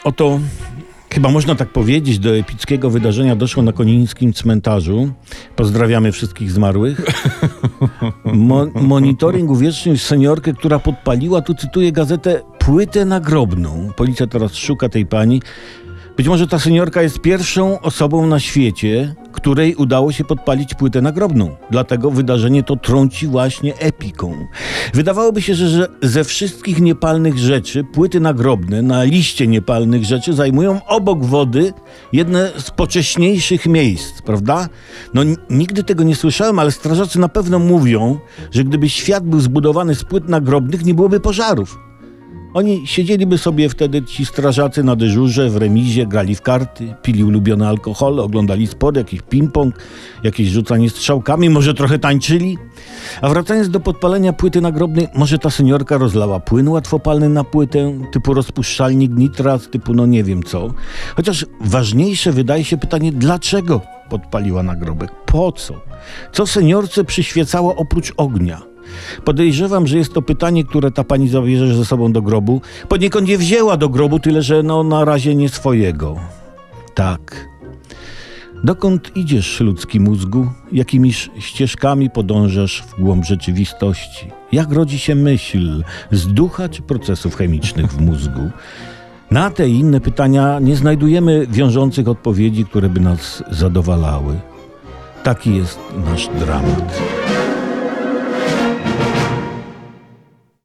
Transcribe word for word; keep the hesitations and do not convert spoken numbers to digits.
Oto, chyba można tak powiedzieć, do epickiego wydarzenia doszło na konińskim cmentarzu. Pozdrawiamy wszystkich zmarłych. Mo- monitoring uwiecznił seniorkę, która podpaliła, tu cytuję gazetę, płytę nagrobną. Policja teraz szuka tej pani. Być może ta seniorka jest pierwszą osobą na świecie, której udało się podpalić płytę nagrobną. Dlatego wydarzenie to trąci właśnie epiką. Wydawałoby się, że, że ze wszystkich niepalnych rzeczy płyty nagrobne na liście niepalnych rzeczy zajmują obok wody jedne z pocześniejszych miejsc, prawda? No n- nigdy tego nie słyszałem, ale strażacy na pewno mówią, że gdyby świat był zbudowany z płyt nagrobnych, nie byłoby pożarów. Oni siedzieliby sobie wtedy, ci strażacy, na dyżurze, w remizie, grali w karty, pili ulubione alkohole, oglądali sport, jakiś ping-pong, jakieś rzucanie strzałkami, może trochę tańczyli. A wracając do podpalenia płyty nagrobnej, może ta seniorka rozlała płyn łatwopalny na płytę, typu rozpuszczalnik nitrat, typu no nie wiem co. Chociaż ważniejsze wydaje się pytanie, dlaczego podpaliła nagrobek? Po co? Co seniorce przyświecało oprócz ognia? Podejrzewam, że jest to pytanie, które ta pani zabierze ze sobą do grobu. Poniekąd je wzięła do grobu, tyle że no na razie nie swojego. Tak. Dokąd idziesz, ludzki mózgu? Jakimiż ścieżkami podążasz w głąb rzeczywistości? Jak rodzi się myśl? Z ducha czy procesów chemicznych w mózgu? Na te i inne pytania nie znajdujemy wiążących odpowiedzi, które by nas zadowalały. Taki jest nasz dramat.